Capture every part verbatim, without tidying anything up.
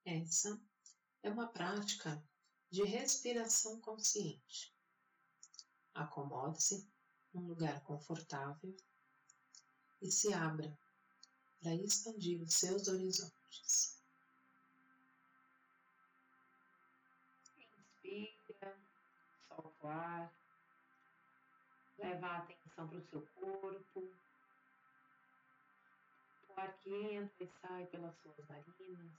Essa é uma prática de respiração consciente. Acomode-se num lugar confortável e se abra para expandir os seus horizontes. Inspira, solta o ar, leva a atenção para o seu corpo. O ar que entra e sai pelas suas narinas.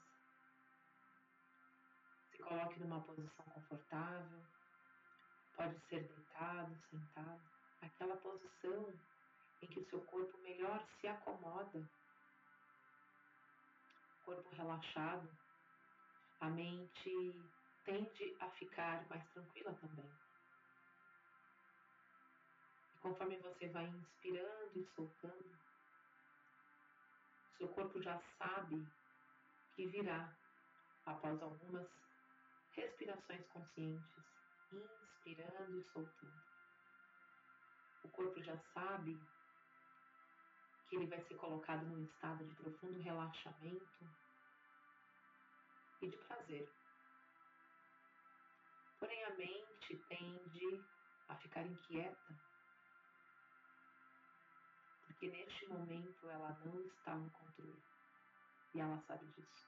Se coloque numa posição confortável. Pode ser deitado, sentado. Aquela posição em que o seu corpo melhor se acomoda. Corpo relaxado. A mente tende a ficar mais tranquila também. E conforme você vai inspirando e soltando, seu corpo já sabe que virá após algumas respirações conscientes, inspirando e soltando. O corpo já sabe que ele vai ser colocado num estado de profundo relaxamento e de prazer. Porém, a mente tende a ficar inquieta, porque neste momento ela não está no controle e ela sabe disso.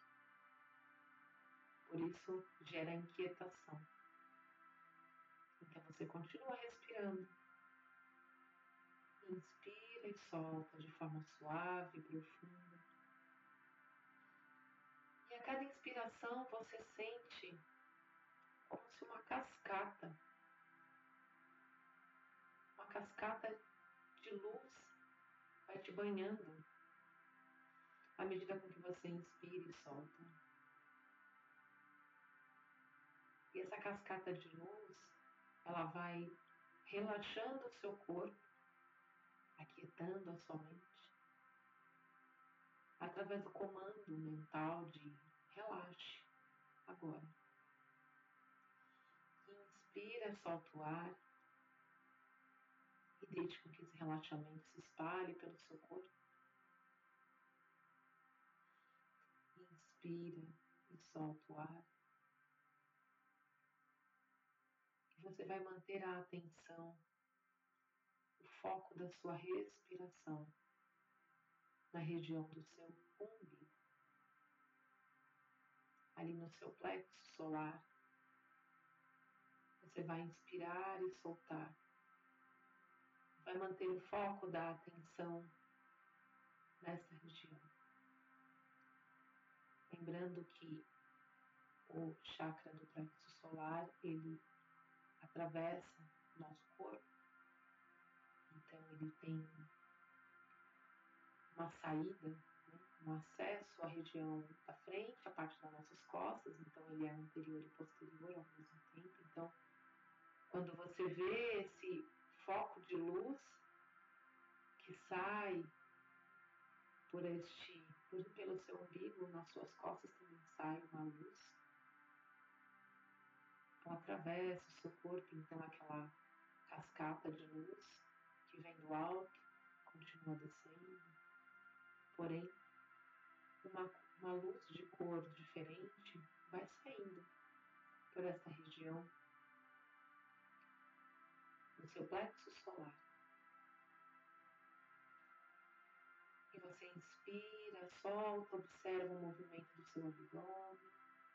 Por isso, gera inquietação. Então você continua respirando. Inspira e solta de forma suave e profunda. E a cada inspiração você sente como se uma cascata, uma cascata de luz vai te banhando à medida com que você inspira e solta. E essa cascata de luz, ela vai relaxando o seu corpo, aquietando a sua mente, através do comando mental de relaxe agora. Inspira, solta o ar e deixe com que esse relaxamento se espalhe pelo seu corpo. Inspira e solta o ar. E você vai manter a atenção, o foco da sua respiração na região do seu umbigo, ali no seu plexo solar. Você vai inspirar e soltar. Vai manter o foco da atenção nessa região. Lembrando que o chakra do plexo solar, ele atravessa o nosso corpo. Então ele tem uma saída, né, um acesso à região da frente, a parte das nossas costas. Então ele é anterior e posterior ao mesmo tempo. Então, quando você vê esse foco de luz que sai por este, por, pelo seu umbigo, nas suas costas também sai uma luz. Então atravessa o seu corpo, então aquela cascata de luz que vem do alto, continua descendo. Porém, uma, uma luz de cor diferente vai saindo por essa região do seu plexo solar. E você inspira, solta, observa o movimento do seu abdômen.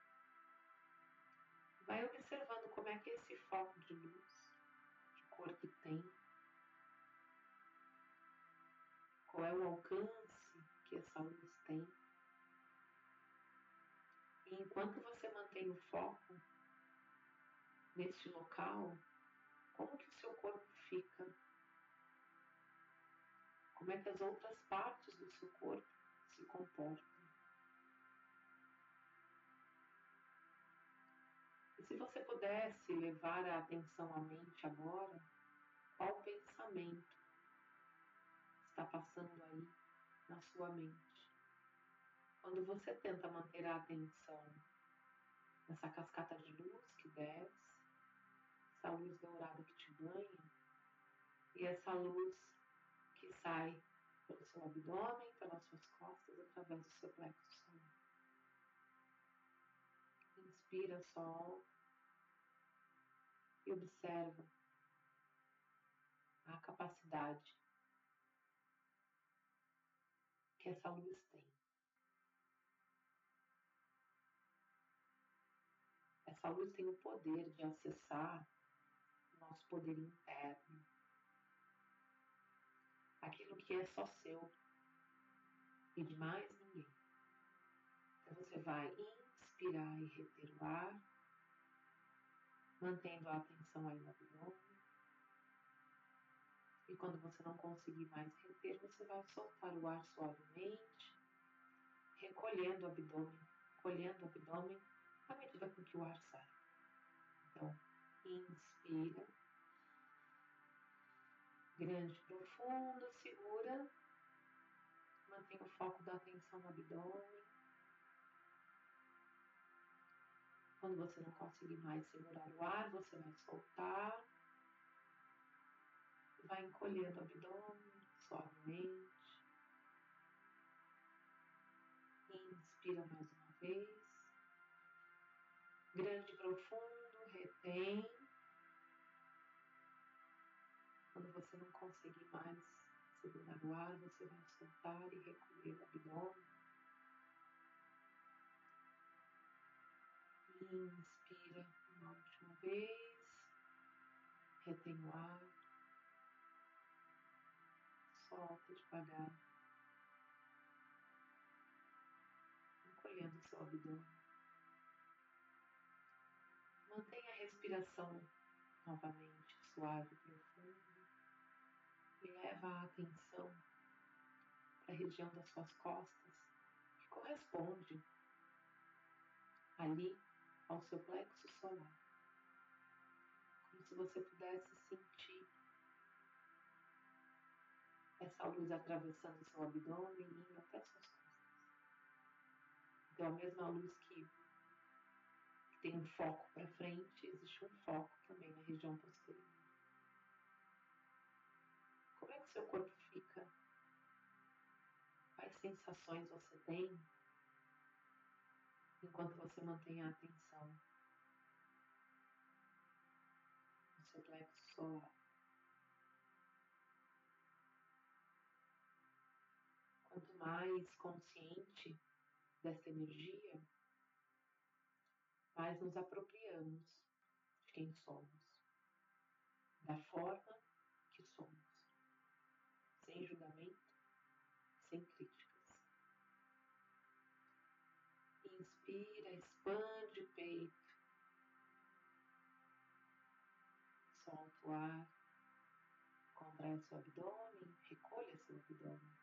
Vai observando como é que esse foco de luz, de cor que tem, qual é o alcance que essa luz tem. E enquanto você mantém o foco neste local, como que o seu corpo fica? Como é que as outras partes do seu corpo se comportam? E se você pudesse levar a atenção à mente agora, qual pensamento está passando aí na sua mente? Quando você tenta manter a atenção nessa cascata de luz que desce, essa luz dourada que te banha, e essa luz que sai pelo seu abdômen, pelas suas costas, através do seu plexo solar. Inspira, solta e observa a capacidade que essa luz tem. Essa luz tem o poder de acessar o nosso poder interno, aquilo que é só seu e de mais ninguém. Então você vai inspirar e reter o ar, mantendo a atenção aí no abdômen. E quando você não conseguir mais reter, você vai soltar o ar suavemente, recolhendo o abdômen, colhendo o abdômen à medida com que o ar sai. Então, inspira, grande, profundo, segura, mantém o foco da atenção no abdômen. Quando você não conseguir mais segurar o ar, você vai soltar, vai encolhendo o abdômen suavemente. Inspira mais uma vez. Grande, profundo, retém. Quando você não conseguir mais segurar o ar, você vai soltar e recolher o abdômen. Inspira uma última vez. Retém o ar. Solta devagar. Encolhendo o seu abdômen. Mantenha a respiração novamente suave e profunda. E leva a atenção para a região das suas costas, que corresponde ali ao seu plexo solar. Como se você pudesse sentir essa luz atravessando o seu abdômen e indo até suas costas. Então, a mesma luz que, que tem um foco para frente, existe um foco também na região posterior. Como é que o seu corpo fica? Quais sensações você tem enquanto você mantém a atenção no seu plexo solar? Quanto mais consciente dessa energia, mais nos apropriamos de quem somos, da forma que somos, sem julgamento, sem críticas. Inspira, expande o peito, solta o ar, contrai seu abdômen, recolha seu abdômen.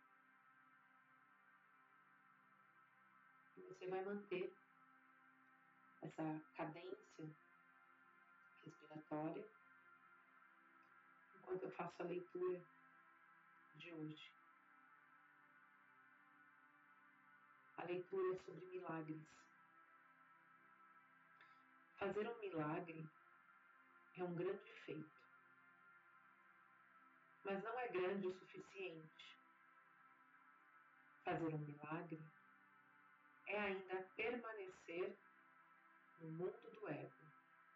E você vai manter essa cadência respiratória enquanto eu faço a leitura de hoje. A leitura é sobre milagres. Fazer um milagre é um grande feito, mas não é grande o suficiente. Fazer um milagre é ainda permanecer no mundo do ego.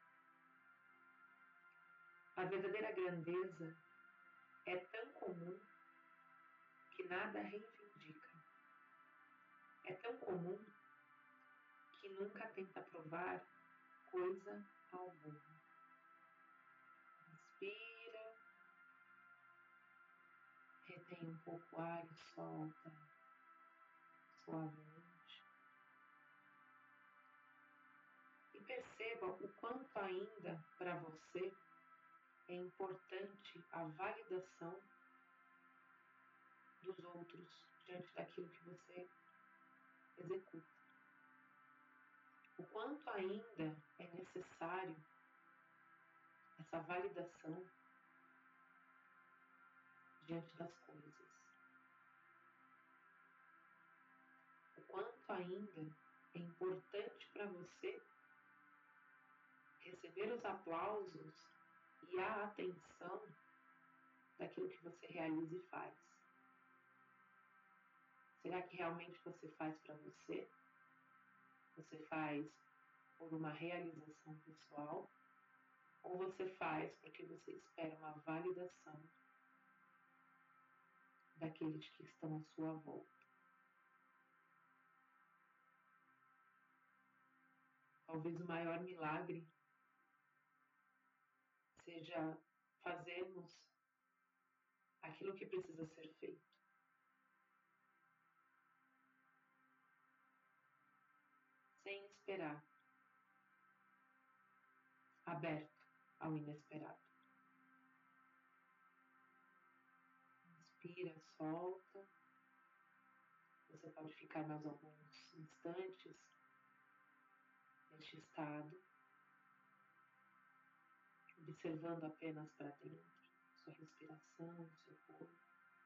A verdadeira grandeza é tão comum que nada reivindica. É tão comum que nunca tenta provar coisa alguma. Inspira, retém um pouco o ar e solta suavemente. E perceba o quanto ainda para você é importante a validação dos outros diante daquilo que você executa. O quanto ainda é necessário essa validação diante das coisas. O quanto ainda é importante para você receber os aplausos e a atenção daquilo que você realiza e faz. Será que realmente você faz para você? Você faz por uma realização pessoal, ou você faz porque você espera uma validação daqueles que estão à sua volta. Talvez o maior milagre seja fazermos aquilo que precisa ser feito. Sem esperar, aberto ao inesperado. Inspira, solta. Você pode ficar mais alguns instantes neste estado, observando apenas para dentro, sua respiração, seu corpo.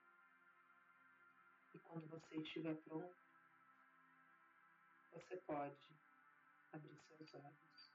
E quando você estiver pronto, você pode abrir seus olhos.